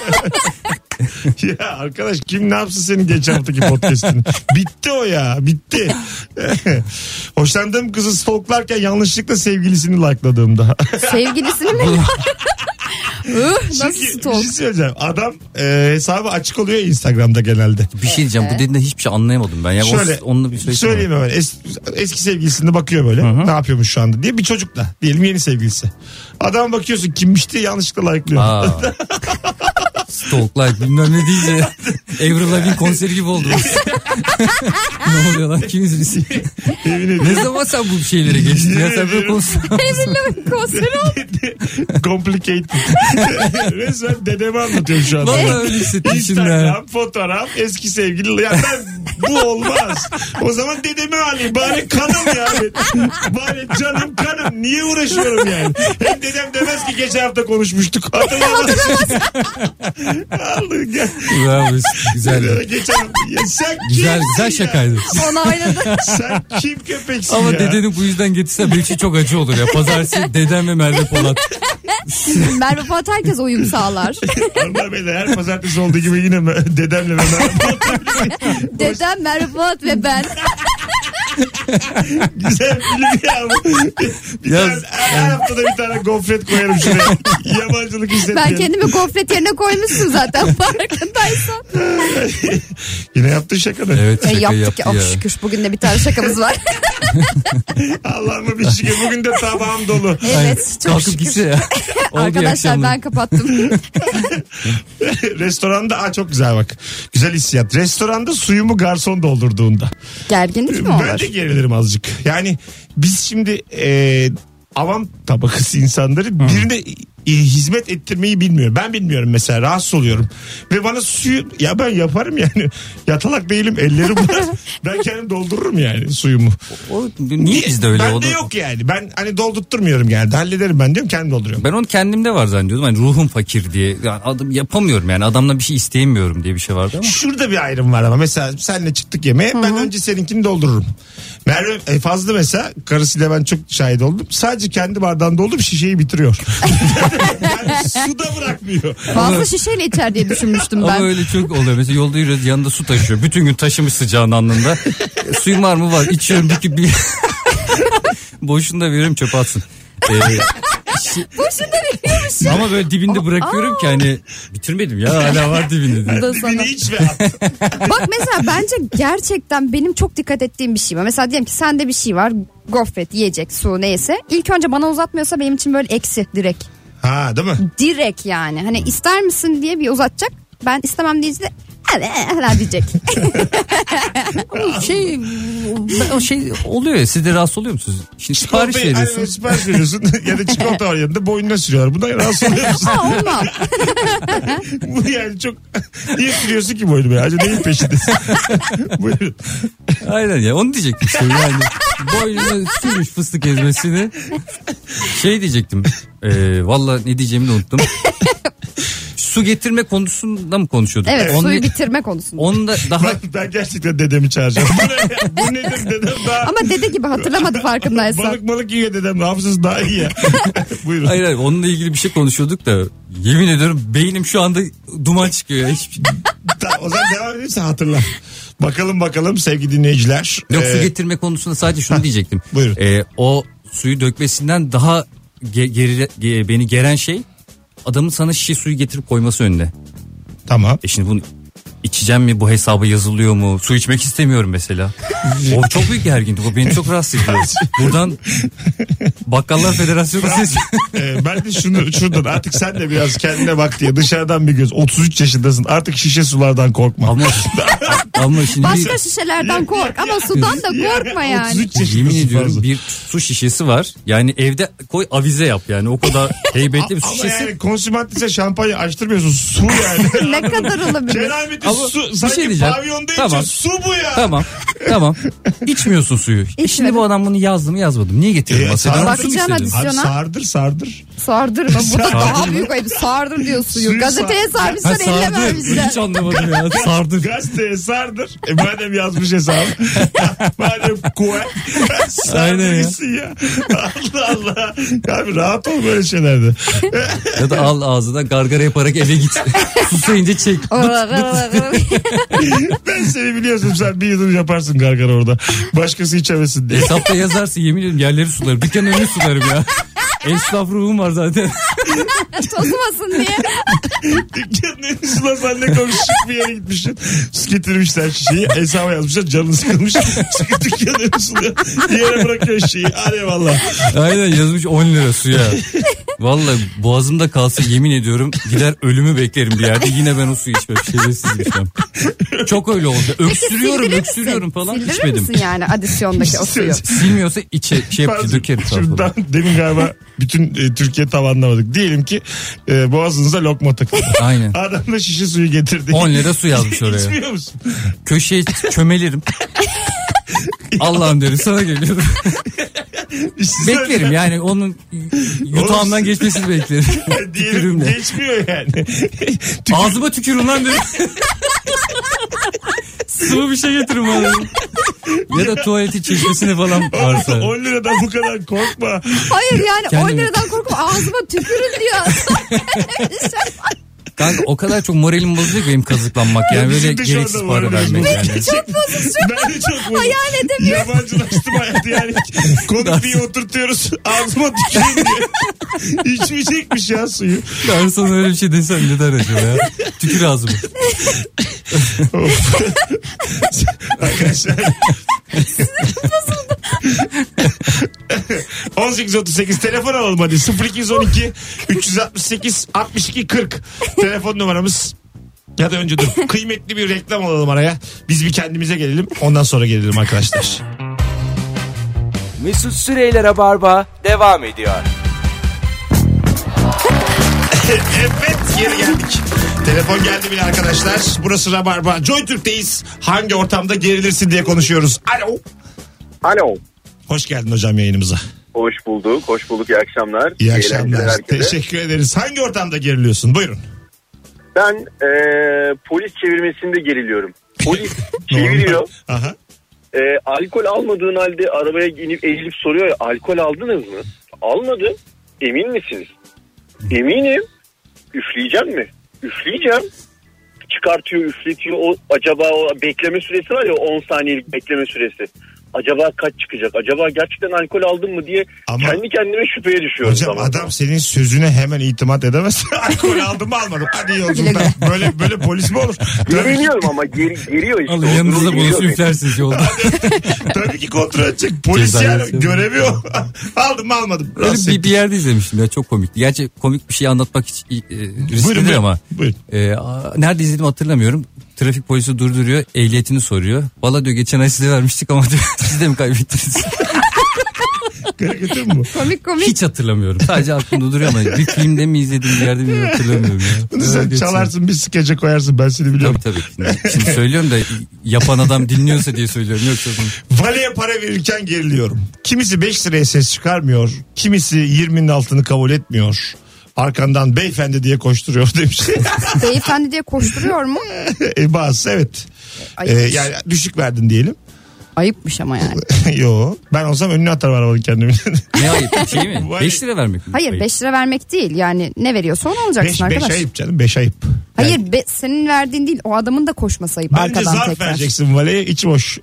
Ya arkadaş kim ne yapsın senin geçen haftaki podcast'ini? Bitti o ya, bitti. Hoşlandığım kızı stalklarken yanlışlıkla sevgilisini like'ladığımda. Sevgilisini mi? Ih, nasıl Çünkü bir stalk? şey söyleyeceğim. Adam e, hesabı açık oluyor ya Instagram'da genelde. Bir şey diyeceğim. Bu dediğinde hiçbir şey anlayamadım ben. Ya Şöyle onunla bir söylesene. söyleyeyim hemen. Es, eski sevgilisine bakıyor böyle. Ne yapıyormuş şu anda diye, bir çocukla. Diyelim yeni sevgilisi. Adam bakıyorsun kimmiş diye yanlışlıkla like'lıyor. Aa. Stalk like bilmem ne diyece. Avril Lavigne konseri gibi oldu. Ne oluyor lan, kimiz biz? Yemin ediyorum. Ne zaman sen bu şeylere geçtin ya? Sen böyle konuşsan. Evriyle konseri oldu. Complicated. Resmen dedemi anlatıyorum şu anda. Vallahi öyle hissettim şimdi. ha. Instagram, fotoğraf, eski sevgili. Ya ben bu olmaz. O zaman dedemi alayım. Bari kanım yani. Bari canım kanım. Niye uğraşıyorum yani? Hem dedem demez ki geçen hafta konuşmuştuk. Hatırlamaz. Aldın gel. Bravo, güzel. Geçen hafta. Ya sen Güzel kimsin güzel ya? şakaydı. Ona oynadı. Sen kim köpeksin Ama ya? dedeni bu yüzden getirse benim için çok acı olur ya. Pazartesi dedem ve Merve Polat. Merve Polat herkes uyum sağlar. Allah beni her pazartesi olduğu gibi yine mi- dedemle Mehmet. Dedem, Merve Polat ve ben. Güzel film ya bu. Bir Ya- tane, her haftada bir tane gofret koyarım şuraya. Yabancılık Ben hissetmeyelim. kendimi gofret yerine koymuşsun zaten farkındaysan. Yine yaptın şakanı. Evet E, şaka yaptık yaptı ya. ya. Oh, şükür bugün de bir tane şakamız var. Allah'ıma bir şükür. Bugün de tabağım dolu. Evet çok Kalkıp şükür. gitse ya. Oldu iyi Arkadaşlar akşamlar. ben kapattım. Restoranda aa, çok güzel bak. Güzel hissiyat. Restoranda suyumu garson doldurduğunda. Gerginlik mi Ben olur? de gerilirim azıcık. Yani biz şimdi e, avam tabakası insanları birine e, hizmet ettirmeyi bilmiyor. Ben bilmiyorum mesela, rahatsız oluyorum. Ve bana suyu ya ben yaparım yani. Yatalak değilim, ellerim var. Ben kendim doldururum yani suyumu. O, niye bizde öyle? Ben O de da- yok yani. Ben hani doldurtturmuyorum yani. Hallederim ben diyorum, kendim dolduruyorum. Ben onu kendimde var zannediyordum. Hani ruhum fakir diye. Yani adam yapamıyorum yani. Adamla bir şey isteyemiyorum diye bir şey vardı ama. Şurada bir ayrım var ama mesela senle çıktık yemeğe, ben önce seninkini doldururum. Merve e, Fazlı mesela, karısıyla ben çok şahit oldum. Sadece kendi bardağını doldurup şişeyi bitiriyor. Yani su da bırakmıyor. Fazla şişeyle içer diye düşünmüştüm ben. Ama öyle çok oluyor. Mesela yolda yürüyoruz, yanında su taşıyor. Bütün gün taşımış sıcağın alnında. E, suyum var mı? Var. İçiyorum. Bir, bir... Boşuna veriyorum, çöpe atsın. Ee, Boşuna veriyormuş. ama böyle dibinde bırakıyorum ki hani bitirmedim ya, hala var dibinde diye. Da sana. Beni iç ve at. Bak mesela bence gerçekten benim çok dikkat ettiğim bir şey var. Mesela diyelim ki sende bir şey var. Gofret, yiyecek, su neyse. İlk önce bana uzatmıyorsa benim için böyle eksi direkt. Ha değil mi? Direkt yani. Hani ister misin diye bir uzatacak. Ben istemem deyince de hadi hadi diyecek. Şey o şey oluyor ya, siz de rahatsız oluyor musunuz? Şimdi sipariş Çikolatayı- veriyorsun. hani sipariş veriyorsun ya da çikolata var yanında, boynuna sürüyorlar. Bundan rahatsız oluyor musun? Ha olmam. Bu yani çok... Niye sürüyorsun ki boynuma ya? Acaba neyin peşindesin? Buyurun. Aynen ya, onu diyecektim işte yani. Boynuna sürmüş fıstık ezmesini. Şey diyecektim. E, Valla ne diyeceğimi de unuttum. Su getirme konusunda mı konuşuyorduk? Evet, Onu- suyu bitirme konusunda. Onu da daha Ben, ben gerçekten dedemi çağıracağım. Bu, ne? Bu nedir dedem daha... Ama dede gibi hatırlamadı farkındaysan. Balık balık yiyor dedem. Hafızası daha iyi ya. Buyurun. hayır hayır, onunla ilgili bir şey konuşuyorduk da yemin ediyorum beynim şu anda duman çıkıyor ya. Hiçbir... Tamam, o zaman devam edeyimse hatırla. Bakalım bakalım sevgili dinleyiciler. Yok, su Ee, getirme konusunda sadece şunu diyecektim. Buyurun. Ee, o suyu dökmesinden daha ge- geri, ge- beni geren şey adamın sana şişe suyu getirip koyması önüne. Tamam. E şimdi bunu içeceğim mi, bu hesaba yazılıyor mu? Su içmek istemiyorum mesela. O çok büyük gerginlik. O beni çok rahatsız ediyor. Buradan Bakkallar Federasyonu ses. Ee, ben de şunu şuradan artık sen de biraz kendine bak diye dışarıdan bir göz. otuz üç yaşındasın. Artık şişe sulardan korkma. Ama ama şimdi Başka şişelerden kork ama sudan da korkma otuz yani. üç yaşındasın yemin ediyorum fazla. bir su şişesi var. Yani evde koy, avize yap yani. O kadar heybetli bir su Ama şişesi. yani konsümantise şampanya açtırmıyorsun. Su yani. Ne kadar olabilir? Cenabeti Ama su. bir Sanki şey diyeceğim. pavyonda Tamam. içiyor. Su bu ya. Tamam. Tamam. İçmiyorsun suyu. E şimdi bu adam bunu yazdı mı yazmadı mı? Niye getirdi Ee, masaya? sardır. Ben su mu Bakacağım istedim? hadi. Abi Sana- sardır sardır. Sardırma. Bu da Sardır daha mı? büyük ayıp. Sardır diyor suyu. Suyu Gazeteye sar- sarmışlar, Ha, eline sardı. vermişler. Hiç anlamadım ya. Sardı. Gazeteye sardır. E madem yazmış hesabı. Madem kuvvet. Sardır Aynen ya. gitsin ya. Allah Allah. Abi rahat ol böyle şeylerde. Ya da al ağzına gargara yaparak eve git. Susayınca çek. Ben seni biliyorsun, sen bir yudum yaparsın gargara orada. Başkası içemesin diye. Hesapta yazarsın, yemin ediyorum yerleri sularım. Dükkanın önünü sularım ya. Esnaf ruhum var zaten. Tozmasın diye. Dükkanın önü sulasan ne komik, şık bir yere gitmişsin. Su getirmişler şişeyi. Hesaba yazmışlar, canın sıkılmış. Sıkı dükkanın önü suluyor. Bir yere bırakıyor şişeyi. Hadi eyvallah. Aynen, yazmış on lira suya. Vallahi boğazımda kalsa yemin ediyorum gider ölümü beklerim bir yerde. Yine ben o suyu içmem. Şerefsiz içmem. Çok öyle oldu. Öksürüyorum Sildirir öksürüyorum misin? falan, Sildirir içmedim. misin yani adisyondaki o suyu? Silmiyorsa içe şey yapıcı dökerim. Şuradan demin galiba bütün e, Türkiye tamamlamadık. Diyelim ki e, boğazınıza lokma takıldı. Aynen. Adam da şişe suyu getirdi. on lira su yazmış oraya. İçmiyor musun? Köşeye çömelirim. Allah'ım derim, sana geliyorum. Beklerim yani, onun yutağımdan geçmesini beklerim. Diyelim Tükürüğümle. geçmiyor yani. Ağzıma tükürün lan derim. Sıvı bir şey getirin bana. Ya da tuvaleti çeşmesine falan varsa. on liradan bu kadar korkma. Hayır yani on Kendimi- liradan korkup ağzıma tükürün diyor. Kanka o kadar çok moralim bozuyor ki benim kazıklanmak. Yani Bizim böyle de şu anda gereksiz para moralimiz vermek bozuk. yani. Çok bozuk. Ben de çok bozuk. Hayal edemiyorum. Yabancılaştım hayatı yani. Konuk bir oturtuyoruz. Ağzıma tüküreyim diye. İçmeyecekmiş ya suyu. Ben sana öyle bir şey desem ne der acaba ya? Tükür ağzıma. Arkadaşlar. on sekiz otuz sekiz telefon alalım hadi. sıfır iki on iki üç altı sekiz altmış iki kırk telefon numaramız. Ya da önce dur, kıymetli bir reklam alalım araya. Biz bir kendimize gelelim, ondan sonra gelelim arkadaşlar. Mesut Süreyler'e barba devam ediyor. Evet, geri geldik. Telefon geldi bile arkadaşlar. Burası Rabarba. Joy Türk'teyiz. Hangi ortamda gerilirsin diye konuşuyoruz. Alo. Alo. Hoş geldin hocam yayınımıza. Hoş bulduk. Hoş bulduk. İyi akşamlar. İyi eğlenceler akşamlar. herkese. Teşekkür ederiz. Hangi ortamda geriliyorsun? Buyurun. Ben e, polis çevirmesinde geriliyorum. Polis çeviriyor. Aha. E, alkol almadığın halde arabaya inip eğilip soruyor ya, alkol aldınız mı? Almadım. Emin misiniz? Eminim. Üfleyeceğim mi? Üfleyeceğim. Çıkartıyor, üfletiyor. O acaba o bekleme süresi var ya, on saniyelik bekleme süresi. Acaba kaç çıkacak? Acaba gerçekten alkol aldın mı diye ama kendi kendime şüpheye düşüyorum. Hocam zaman adam zaman. Senin sözüne hemen itimat edemez. Alkol aldım mı almadım. Hadi yolculukta. böyle böyle polis mi olur? Bilmiyorum ama geri, geriyor işte. Allah yanınızda bulunsun üflersiniz yolda. Tabii ki kontrol edecek. Polis Cezayı yani görevi o. Aldım mı almadım. Öyle bir, bir yerde izlemiştim ya, çok komikti. Gerçi komik bir şey anlatmak hiç e, risklidir ama. Buyurun. E, nerede izledim hatırlamıyorum. Trafik polisi durduruyor, ehliyetini soruyor. Valla diyor geçen ay size vermiştik ama diyor siz de mi kaybettiniz? Karikatür mü? Komik komik. Hiç hatırlamıyorum. Sadece aklımda duruyor ama bir filmde mi izledim, bir yerde mi hatırlamıyorum ya. Bunu sen geçen çalarsın, bir skece koyarsın, ben seni biliyorum. Tabii tabii. Şimdi, şimdi söylüyorum da yapan adam dinliyorsa diye söylüyorum. Yoksa valeye para verirken geriliyorum. Kimisi beş liraya ses çıkarmıyor. Kimisi yirminin altını kabul etmiyor. Arkandan beyefendi diye koşturuyor demiş. Beyefendi diye koşturuyor mu? e, bazısı evet. Ee, yani düşük verdin diyelim. Ayıpmış ama yani. Yo, ben olsam önüne atarım arabanın kendimi. Ne ayıp şey mi? beş lira vermek mi? Hayır beş lira vermek değil yani, ne veriyorsa onu alacaksın beş, arkadaş. beş ayıp canım, beş ayıp. Hayır yani, be, senin verdiğin değil, o adamın da koşması ayıp. Bence arkadan zarf tekrar vereceksin valeye, içi boş.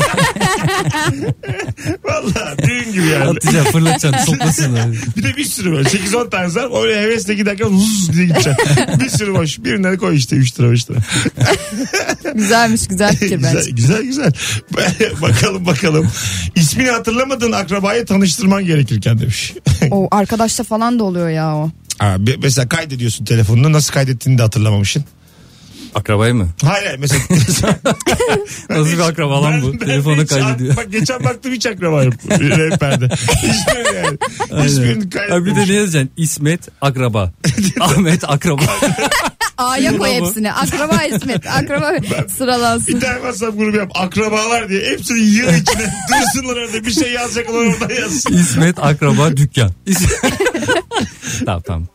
Vallahi düğün gibi yani. Atacaksın, fırlatacaksın, toplasın. Bir de bir sürü böyle sekiz on tane zarf, öyle hevesle giderken huzuz diye gideceksin. Bir sürü boş, birine koy işte üç lira beş lira. Güzelmiş, güzel fikir bence. Güzel güzel güzel. Bakalım bakalım. İsmini hatırlamadığın akrabayı tanıştırman gerekirken demiş. O arkadaşta falan da oluyor ya o. Abi, mesela kaydediyorsun telefonunu, nasıl kaydettiğini de hatırlamamışsın. Akrabayı mı? Hayır hayır mesela. Nasıl bir akraba lan bu? Telefonu kaydediyor. Bak geçen baktım hiç akraba yok rehberde. Hiçbirini yani. Hiçbirini kaydetmemiş. Bir de ne yazacaksın? İsmet akraba. Ahmet akraba. A'ya koy hepsini. Akraba İsmet. Akraba sıralansın. Bir tane WhatsApp grubu yap. Akrabalar diye. Hepsini yığın içine. Dursunlar orada. Bir şey yazacaklar orada yazsın. İsmet akraba dükkan. Tamam tamam.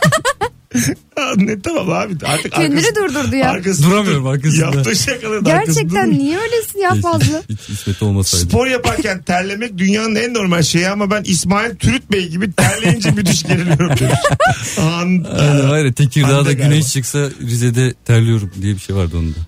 Ne tamam abi. Artık kendini arkası, durdurdu ya. Arkasında duramıyorum arkasında. Yaptığı şakaları da gerçekten niye öylesin ya fazla? Hiç, hiç İsmet olmasaydı. Spor yaparken terlemek dünyanın en normal şeyi ama ben İsmail Türüt Bey gibi terleyince müthiş geriliyorum demiş. An, Aynen, hayır, Tekirdağ'da güneş galiba çıksa Rize'de terliyorum diye bir şey vardı onda.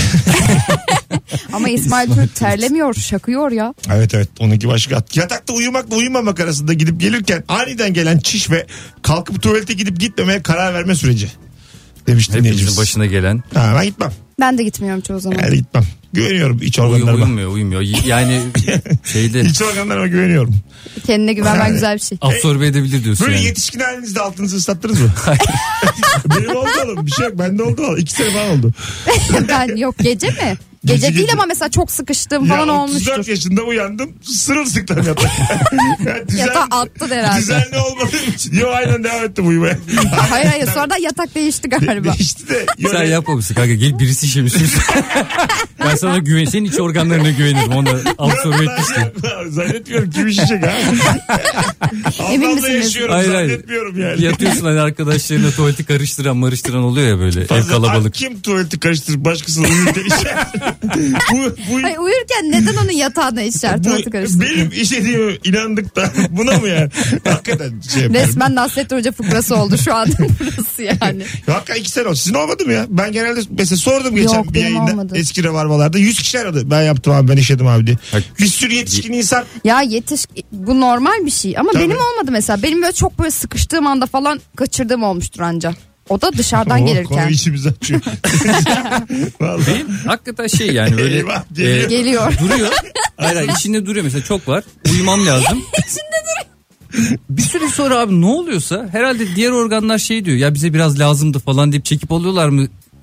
Ama İsmail Türk terlemiyor, şakıyor ya. Evet evet, onunki başka. Yatakta uyumakla uyumamak arasında gidip gelirken aniden gelen çiş ve kalkıp tuvalete gidip gitmemeye karar verme süreci. Demiş dinleyicimiz. Hepimizin başına gelen. Ha, ben gitmem. Ben de gitmiyorum çoğu zaman. Ben de gitmem. Güveniyorum iç organlarıma. Uyumuyor uyumuyor. Yani şeyde. İç organlarıma güveniyorum. Kendine güvenmen güzel bir şey. Absorbe edebilir diyorsun böyle yani. yetişkin halinizde altınızı ıslattınız mı? Benim oldu oğlum. Bir şey yok. Bende oldu. İki sene falan oldu. Ben yok, gece mi? Gece, Gece değil gece. Ama mesela çok sıkıştığım falan ya, olmuştur. otuz dört yaşında uyandım. Sırılsıklam yatak. Yani düzen, Yatağı attın herhalde. Düzenli olmadığım için. Yo aynen devam ettim uyumaya. Hayır hayır, sonra da yatak değişti galiba. De, değişti de. Yo, sen yapmamışsın kanka, gel birisi işemiş. Ben sana güven, senin iç organlarına güvenirim. Onu absorbe etmiştim. Zannetmiyorum kim işecek ha. Emin Allah'la misiniz? yaşıyorum, Hayır, hayır. zannetmiyorum yani. Yatıyorsun hani, arkadaşlarına tuvaleti karıştıran marıştıran oluyor ya böyle. Fazla, ev kalabalık. Kim tuvaleti karıştırıp başkasını uyurken işer? bu, bu, Hayır, uyurken neden onun yatağına işer tuvaleti karıştırıyor? Benim işediğime inandık da buna mı yani? Hakikaten şey yapıyorum. Resmen Nasrettin Hoca fıkrası oldu şu an burası yani. Hakikaten iki sene oldu. Sizin olmadı mı ya? Ben genelde mesela sordum geçen Yok, bir benim yayında. olmadı. Eski rabarbalarda yüz kişi aradı. Ben yaptım abi, ben işedim abi diye. Bak, bir sürü yetişkin insan. Ya yetiş, bu normal bir şey ama Tabii. benim olmadı mesela. Benim böyle çok böyle sıkıştığım anda falan kaçırdığım olmuştur anca. O da dışarıdan Oo, gelirken. konu içimizi açıyor. Vallahi. Benim hakikaten şey yani böyle. Eyvah, geliyor. Geliyor. Duruyor. Hayır hayır, içinde duruyor mesela, çok var. Uyumam lazım. Bir süre sonra abi ne oluyorsa herhalde diğer organlar şey diyor ya, bize biraz lazımdı falan deyip çekip alıyorlar mı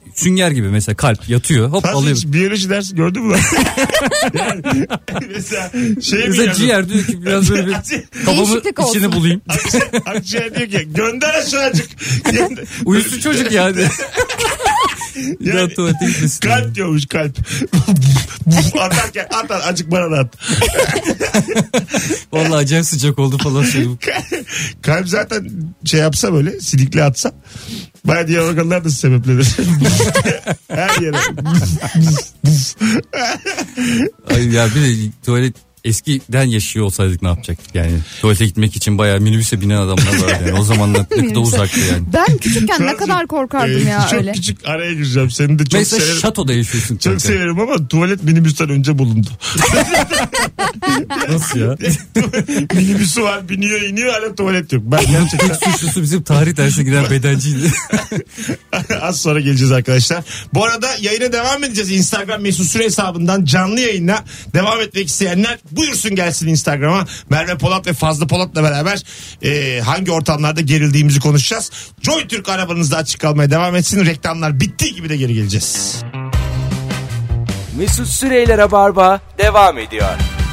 sünger gibi mesela kalp yatıyor hop Fazla alıyor. hiç biyoloji dersi gördün mü lan? Yani mesela şey Mesela ciğer diyor ki biraz böyle bir kafamı Değişiklik olsun. içine bulayım. Akciğer diyor ki gönder aşağıcık. Uyusun çocuk yani. Bir daha tuvalete gitmesin. Kalp diyormuş kalp. Atarken at at acık bana da at. Vallahi acayip sıcak oldu falan söylüyorum. Kalp zaten şey yapsa böyle silikle atsa bayağı diğer organlar da sebeplenir. Her yere. Ay ya bir de tuvalet eskiden yaşıyor olsaydık ne yapacaktık yani. Tuvalete gitmek için bayağı minibüse binen adamlar vardı yani. O zamanlar ne kadar uzaktı yani. Ben küçükken ne kadar korkardım Ee, ya çok öyle. küçük araya gireceğim. Seni de çok Mesela severim. şatoda yaşıyorsun. Çok kanka. severim ama tuvalet minibüsten önce bulundu. Nasıl ya? Minibüsü var biniyor iniyor hala tuvalet yok. Ben gerçekten Tek suçlusu bizim tarih dersine giren bedenciydi. az sonra geleceğiz arkadaşlar. Bu arada yayına devam edeceğiz. Instagram Mesut Süre hesabından canlı yayına devam etmek isteyenler buyursun gelsin Instagram'a. Merve Polat ve Fazlı Polat'la beraber e, hangi ortamlarda gerildiğimizi konuşacağız. Joy Türk arabanızda açık kalmaya devam etsin. Reklamlar bittiği gibi de geri geleceğiz. Mesut Süreyler'e barba devam ediyor.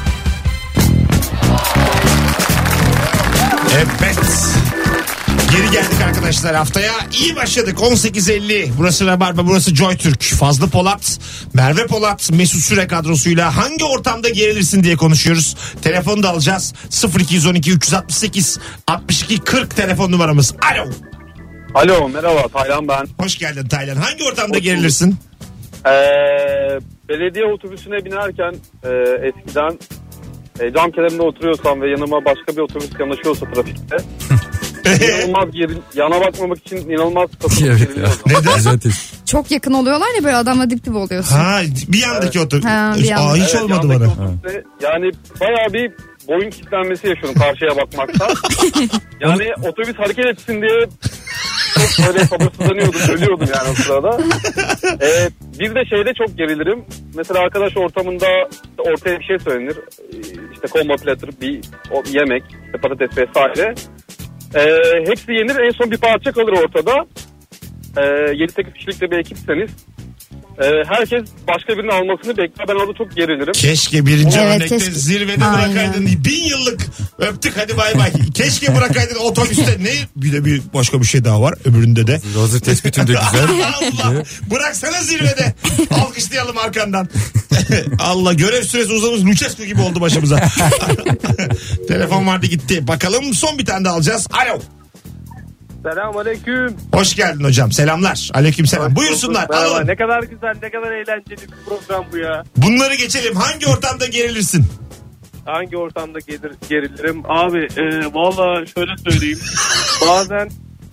Evet. Geri geldik arkadaşlar haftaya. İyi başladık. on sekiz elli. Burası Rabarba, burası Joy Türk. Fazlı Polat, Merve Polat, Mesut Süre kadrosuyla hangi ortamda gerilirsin diye konuşuyoruz. Telefonu da alacağız. sıfır iki on iki üç altı sekiz altmış iki kırk telefon numaramız. Alo. Alo merhaba Taylan ben. Hoş geldin Taylan. Hangi ortamda gerilirsin? Ee, belediye otobüsüne binerken e, eskiden e, cam kenarında oturuyorsam ve yanıma başka bir otobüs yanaşıyorsa trafikte inanılmaz geril, yana bakmamak için inanılmaz kasıp Evet ya. geriliyordum. Neden? Güzel tespit. Çok yakın oluyorlar ya böyle adamla dip dip oluyorsun. Ha, bir yandaki otobüs. Ha, bir Aa, yandaki. hiç Evet, olmadı yandaki bana. otobüste yani bayağı bir boyun kilitlenmesi yaşıyorum karşıya bakmaktan. Yani otobüs hareket etsin diye çok böyle sabırsızlanıyordum, ölüyordum yani o sırada. Ee, bir de şeyde çok gerilirim. Mesela arkadaş ortamında işte ortaya bir şey söylenir. Ee, İşte combo platter, bir o, yemek, işte patates vesaire. Ee, hepsi yenir, en son bir parça kalır ortada. Ee, yedi sekiz kişilik de bir ekipseniz. Ee, herkes başka birinin almasını bekler. Ben orada çok gerilirim. Keşke birinci Evet, örnekte keşke. zirvede Aynen. bırakaydın. Bin yıllık öptük hadi bay bay. Keşke bırakaydın otobüste. Ne? Bir de bir başka bir şey daha var öbüründe de. Hazır tespitin de güzel. Allah. Bıraksana zirvede. Alkışlayalım arkandan. Allah görev süresi uzamış. Lucescu gibi oldu başımıza. Telefon vardı gitti. Bakalım son bir tane de alacağız. Alo. Selamünaleyküm. Hoş geldin hocam. Selamlar. Aleyküm selam. Hoş Buyursunlar. bulduk. Merhaba. Alalım. Ne kadar güzel, ne kadar eğlenceli bir program bu ya. Bunları geçelim. Hangi ortamda gerilirsin? Hangi ortamda gelir, gerilirim? Abi e, valla şöyle söyleyeyim. Bazen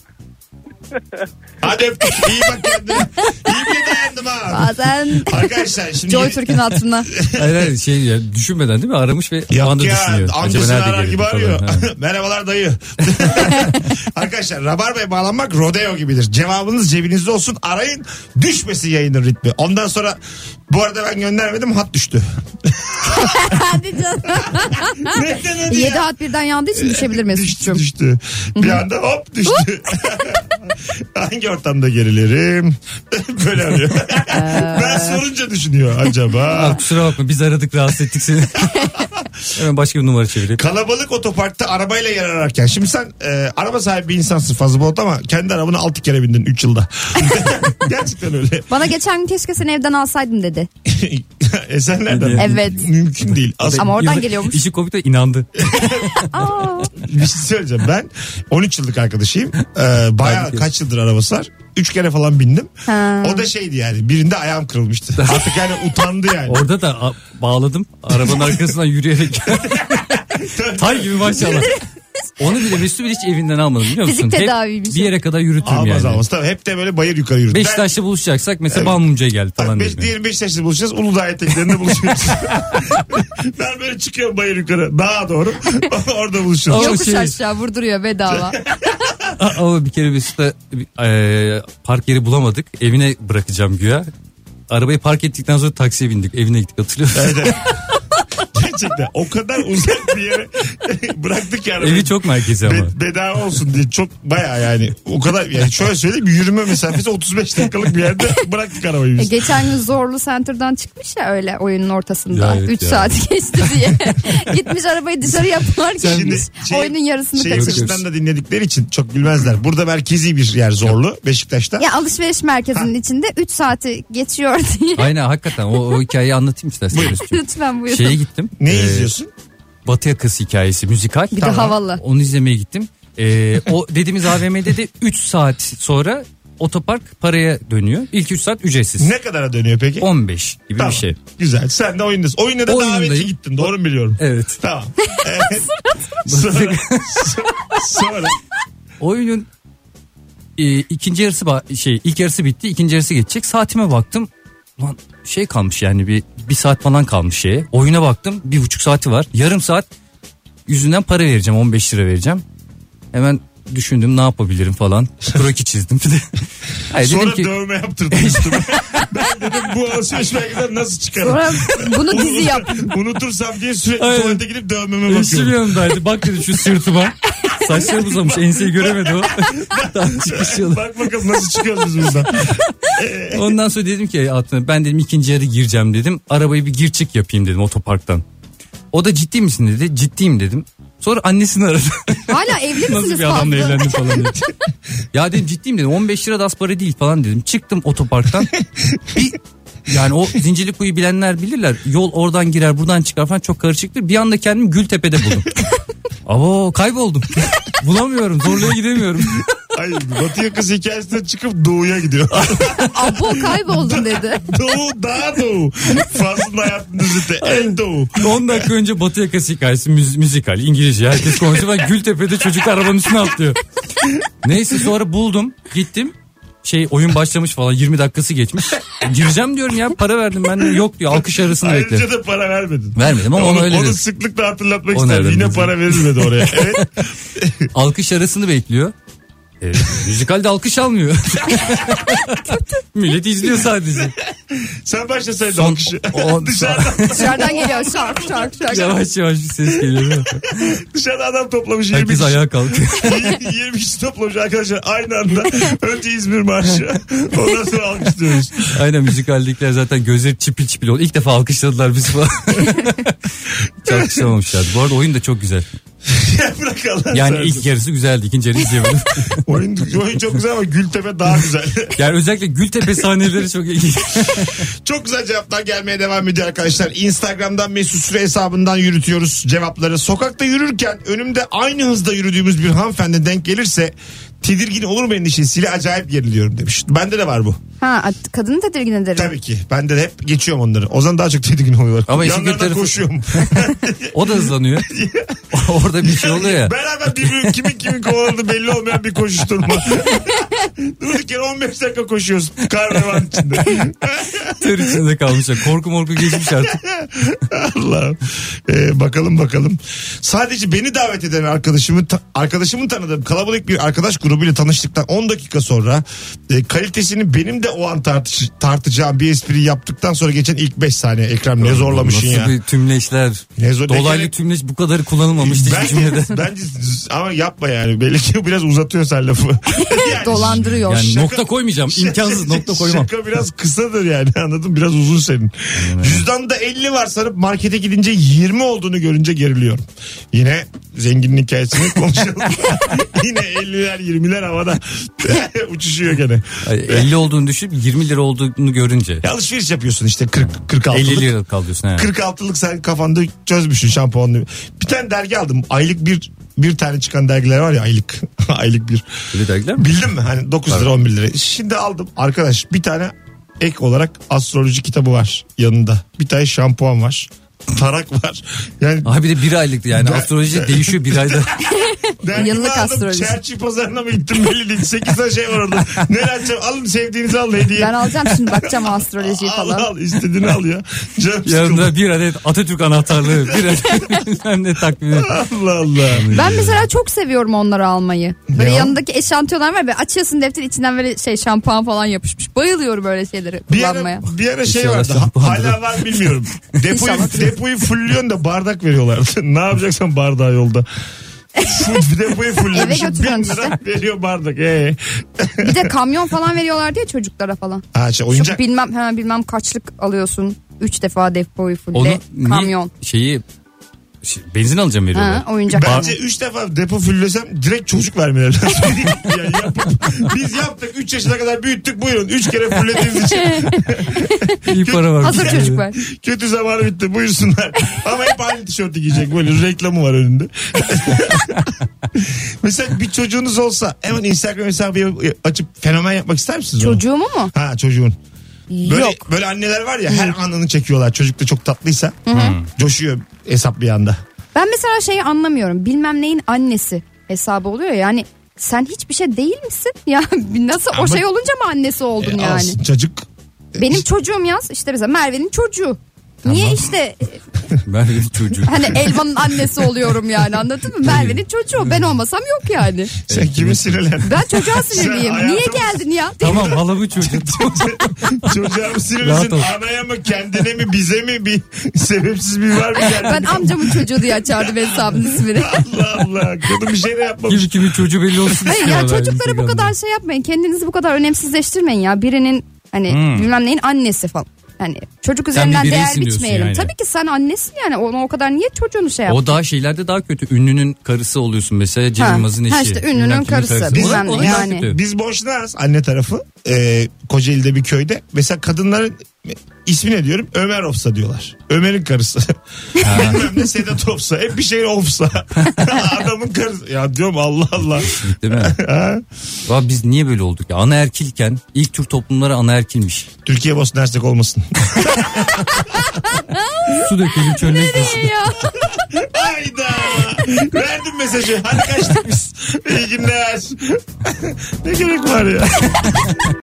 Hadi öptük. İyi bak kendine. İyi bir dayandım ha. Bazen Arkadaşlar şimdi... Joy Türk'ün hatırına. Hayır hayır şey ya, düşünmeden değil mi aramış ve o Yok anda ya düşünüyor. amcasını arar gerildi gibi falan. arıyor. Ha. Merhabalar dayı. Arkadaşlar Rabarba'ya bağlanmak rodeo gibidir. Cevabınız cebinizde olsun, arayın, düşmesin yayının ritmi. Ondan sonra bu arada ben göndermedim, hat düştü. Hadi canım. Neden hadi Yedi ya? hat birden yandığı için düşebilir Düştü Mesut'cum. düştü. Bir anda hop düştü. Hangi ortamda gerilirim? Böyle arıyor. Ben sorunca düşünüyor acaba. Aa, kusura bakma biz aradık rahatsız ettik seni. Hemen başka bir numara çevireyim. Kalabalık otoparkta arabayla yer ararken. Şimdi sen e, araba sahibi bir insansın Fazlı Polat ama kendi arabanı altı kere bindin üç yılda. Gerçekten öyle. Bana geçen gün keşke seni evden alsaydım dedi. Esenlerden. Evet. Mümkün değil. As- Ama oradan Yılda- geliyormuş. İşi kopita inandı. Aa, bir şey söyleyeceğim. Ben on üç yıllık arkadaşıyım. Ee, bayağı Tabii ki. kaç yıldır arabası var. Üç kere falan bindim. Ha. O da şeydi yani. Birinde ayağım kırılmıştı. Artık yani utandı yani. Orada da a- bağladım. Arabanın arkasından yürüyerek. Tay gibi maşallah. Onu bile Mesut'u bile hiç evinden almadım biliyor musun? Fizik Hep tedaviymiş bir o. yere kadar yürütürüm Almaz yani. almaz. Tabii hep de böyle bayır yukarı yürüdüm. Beşiktaş'ta buluşacaksak mesela Balmumcu'ya geldi falan Beş, dedim. diyelim Beşiktaş'ta buluşacağız. Uludağ eteklerinde buluşuyoruz. Ben böyle çıkıyorum bayır yukarı. Dağa doğru. Orada buluşuyoruz. Ama yokuş şey- aşağı vurduruyor bedava. Ama bir kere Mesut'ta e, park yeri bulamadık. Evine bırakacağım güya. Arabayı park ettikten sonra taksiye bindik. Evine gittik hatırlıyor musun? Evet, evet. Gerçekten o kadar uzak bir yere bıraktık ki arabayı. Evi çok merkezi ama. Be- bedava olsun diye çok baya yani o kadar yani şöyle söyleyeyim yürüme mesafesi otuz beş dakikalık bir yerde bıraktık arabayı E, biz. geçen gün Zorlu Center'dan çıkmış ya öyle oyunun ortasında. Ya evet üç ya. saat geçti diye. Gitmiş arabayı dışarı yaparken Şimdi şey- oyunun yarısını Şey kaçırmış. yurt da dinledikleri için çok bilmezler. Burada merkezi bir yer Zorlu Beşiktaş'ta. Ya alışveriş merkezinin içinde üç saati geçiyor diye. Aynen hakikaten o, o hikayeyi anlatayım isterseniz. Lütfen buyurun. Şeye gittim. Ne Ee, izliyorsun? Batı Yakası hikayesi müzikal. Bir de havalı. Onu izlemeye gittim. Ee, o dediğimiz A V M'de de üç saat sonra otopark paraya dönüyor. İlk üç saat ücretsiz. Ne kadara dönüyor peki? on beş gibi Tamam. bir şey. Güzel. Sen de oyundasın. Oyuna da Oyundayım. davetçi gittin. Doğru mu biliyorum? Evet. Tamam. Evet. sonra, sonra Oyunun e, ikinci yarısı ba- şey ilk yarısı bitti, ikinci yarısı geçecek. Saatime baktım. Lan şey kalmış yani bir bir saat falan kalmış şeye. Oyuna baktım bir buçuk saati var. Yarım saat yüzünden para vereceğim, on beş lira vereceğim. Hemen düşündüm ne yapabilirim falan. Kroki çizdim. Hayır, sonra dedim ki dövme yaptırdım üstüme. Ben dedim bu alışveriş merkezinden nasıl çıkarım? Sonra bunu dizi yap. Unutursam diye sürekli Aynen. tuvalete gidip dövmeme eşim bakıyorum. yanımdaydı. Bak dedi şu sırtıma. Saçlarım uzamış, enseyi göremedi o. Tam çıkış yolu. Bak bakalım nasıl çıkıyoruz biz buradan. Ondan sonra dedim ki altına ben dedim ikinci yarı gireceğim dedim. Arabayı bir gir çık yapayım dedim otoparktan. O da ciddi misin dedi. Ciddiyim dedim. Sonra annesini aradı. Hala evli misiniz? Nasıl bir adamla fazla? evlendin falan dedi. Ya dedim ciddiyim dedim. on beş lira da az para değil falan dedim. Çıktım otoparktan. Bir yani o Zincirlikuyu bilenler bilirler. Yol oradan girer buradan çıkar falan çok karışıktır. Bir anda kendimi Gültepe'de buldum. Abo kayboldum. Bulamıyorum. Zorluğa gidemiyorum. Ay, Batı Yakası hikayesinden çıkıp doğuya gidiyor. Abo kayboldum dedi. Doğu daha doğu. Fazlının hayatının özeti en doğu. on dakika önce Batı Yakası hikayesi müz- müzikal İngilizce herkes konuşuyor. Ben Gültepe'de çocuk arabanın üstüne atlıyor. Neyse sonra buldum gittim. Şey oyun başlamış falan yirmi dakikası geçmiş. Gireceğim diyorum ya para verdim ben. Yok diyor alkış arasını bekle. Ayrıca da para vermedin. Vermedim ama onu öyle Onu dedim. sıklıkla hatırlatmak O isterim. nereden Yine bileceğim? para verilmedi oraya. Evet. Alkış arasını bekliyor. E, müzikalde alkış almıyor. Millet izliyor sadece. Sen başlasaydın Son- alkışı. on- dışarıdan, Dışarıdan geliyor şarkı şarkı şarkı. Yavaş yavaş bir ses geliyor. dışarıdan adam toplamış. yirmi Herkes kişi. ayağa kalkıyor. yirmi kişi toplamış arkadaşlar aynı anda. Önce İzmir Marşı. Ondan sonra alkışlıyoruz. Aynen müzikaldekiler zaten gözleri çipil çipil oldu. İlk defa alkışladılar biz falan. Hiç alkışlamamışlardı. Bu arada oyun da çok güzel. Ya bırak Allah Yani seversen. ilk yarısı güzeldi. İkinci yarı izleyemedim. Oyun, oyun çok güzel ama Gültepe daha güzel. Yani özellikle Gültepe sahneleri çok iyi. Çok güzel cevaplar gelmeye devam ediyor arkadaşlar. Instagram'dan Mesut Süre hesabından yürütüyoruz cevapları. Sokakta yürürken önümde aynı hızda yürüdüğümüz bir hanımefendi denk gelirse tedirgin olur mu endişesiyle acayip geriliyorum demiş. Bende de var bu. Ha kadını tedirgin ederim. Tabii ki. Bende de hep geçiyorum onları. O zaman daha çok tedirgin oluyorlar. Ama işin yanlarından kötü tarafı- koşuyorum. O da hızlanıyor. Orada bir şey oluyor ya. Beraber birbirini kimin kimin kovaladığı belli olmayan bir koşuşturma. Durduk yere on beş dakika koşuyoruz karnavan içinde. Tır içinde kalmışlar. Korku morku geçmiş artık. Allah'ım. Ee, bakalım bakalım. Sadece beni davet eden arkadaşımı ta- arkadaşımın tanıdığım kalabalık bir arkadaş grubuyla tanıştıktan on dakika sonra e, kalitesini benim de o an tartış- tartacağım bir espri yaptıktan sonra geçen ilk beş saniye Ekrem ne zorlamışsın Nasıl ya. bir tümleşler. Ne zor- Dolaylı ne- tümleş bu kadarı kullanılmamıştı hiçbir Bence, cümlede. bence ama yapma yani. Belli ki biraz uzatıyor sen lafı. Yani Dolandırıyor. Yani Şaka- nokta koymayacağım. İmkansız nokta koymam. Şaka biraz kısadır yani anladın biraz uzun senin. Cüzdanda elli var sanıp markete gidince yirmi olduğunu görünce geriliyorum. Yine zenginin hikayesini konuşalım. Yine elliler yirmiler havada uçuşuyor gene. Ay, elli olduğunu düşün yirmi lira olduğunu görünce. Ya alışveriş yapıyorsun işte kırk kırk altılık. elli lira kalıyorsun. He. kırk altılık sen kafanda çözmüşsün şampuanlı. Bir tane dergi aldım. Aylık bir bir tane çıkan dergiler var ya aylık. Aylık bir. Öyle dergiler mi? Bildin mi? Hani dokuz lira on bir lira. Şimdi aldım. Arkadaş bir tane ek olarak astroloji kitabı var yanında. Bir tane şampuan var. Tarak var. Yani Abi bir de bir aylıktı yani. Ben- Astroloji değişiyor bir ayda. dergimi Yıllık aldım. astroloji. Çerçi pazarına mı gittim belli değil. sekiz tane şey var orada. Ne açacağım? Alın sevdiğinizi al hediye. Ben alacağım şimdi bakacağım o astrolojiyi Al falan. al istediğini al ya. Canım sıkıldı. Yanında bir adet Atatürk anahtarlığı. Bir adet bilmem ne takvimi. Allah Allah. Ben mesela çok seviyorum onları almayı. Böyle Ne o? yanındaki eşantiyolar var ve açıyorsun defteri içinden böyle şey şampuan falan yapışmış. Bayılıyorum böyle şeyleri Bir kullanmaya. ara, bir ara şey İnşallah vardı. şampuandır. Hala var bilmiyorum. Depoyu, İnşallah. depoyu depoyu fullüyorsun da bardak veriyorlardı. Ne yapacaksan bardağı yolda. Full depoyu Eve fulllemişim. götürüyorsun bin lira işte. veriyor bardak. Ee. Bir de kamyon falan veriyorlar diye çocuklara falan. Ha, şey, oyuncak. Şu bilmem hemen bilmem kaçlık alıyorsun. Üç defa depoyu fulle. Onu niye Kamyon. şeyi şey, benzin alacağım veriyorlar. Ha, oyuncak. Bence üç defa depo fullesem direkt çocuk vermeleri lazım. Yani yapıp, biz yaptık üç yaşına kadar büyüttük, buyurun üç kere fullediğiniz için. İyi para var. Hazır çocuk var. Kötü zamanı bitti, buyursunlar. Ama hep aynı tişörtü giyecek, böyle reklamı var önünde. Mesela bir çocuğunuz olsa hemen Instagram hesabı açıp fenomen yapmak ister misiniz? Çocuğumu mu? Ha, çocuğun. Böyle, Yok. böyle anneler var ya, her anını çekiyorlar. Çocuk da çok tatlıysa coşuyor hesap bir anda. Ben mesela şeyi anlamıyorum. Bilmem neyin annesi hesabı oluyor ya. Yani sen hiçbir şey değil misin? Ya nasıl Ama- o şey olunca mı annesi oldun E, yani? alsın çocuk. Benim çocuğum yaz işte mesela Merve'nin çocuğu. Niye işte Ben bir çocuğum. hani Elvan'ın annesi oluyorum yani, anladın mı? Merve'nin çocuğu, ben olmasam yok yani. Sen kime sinirlendin? Ben çocuğa sinirliyim. Sen Niye hayatım- geldin ya? Tamam halamı çocuğum. Çocuğa mı sinirlisin? Rahat ol. Anaya mı, kendine mi, bize mi, bir sebepsiz bir var mı geldin? Ben amcamın çocuğu diye açardım hesabın ismini. Allah Allah. Kadın bir şey de yapmamış. Gibi kimin çocuğu belli olsun Hayır ya, istiyorlar çocuklara bu Instagram'da. kadar şey yapmayın. Kendinizi bu kadar önemsizleştirmeyin ya. Birinin hani Hmm. bilmem neyin annesi falan. Hani çocuk Sen üzerinden bir değer bireysin diyorsun biçmeyelim. yani. Tabii ki sen annesin yani. Ona o kadar niye çocuğunu şey yap? O daha şeylerde daha kötü. Ünlünün karısı oluyorsun mesela, Cem Ha. Yılmaz'ın eşi. Ha işte ünlünün Bilmem kimin karısı, Biz, bilmem ne O- o biz, daha yani. kötü. biz boşnağız anne tarafı. Ee, Kocaeli'de bir köyde. Mesela kadınların ismi ne diyorum? Ömer Ofsa diyorlar. Ömer'in karısı. Bilmem ne Sedat Ofsa. Hep bir şey Ofsa. Adamın karısı. Ya diyorum Allah Allah. Değil mi? Ha? Ya biz niye böyle olduk ya? Anaerkilken ilk Türk toplumları anaerkilmiş. Türkiye Bosna Hersek olmasın. Su dökelim çölüne gitsin. ya. Hayda. Verdim mesajı. Hadi kaçtık biz. İyi günler. Ne gerek var ya?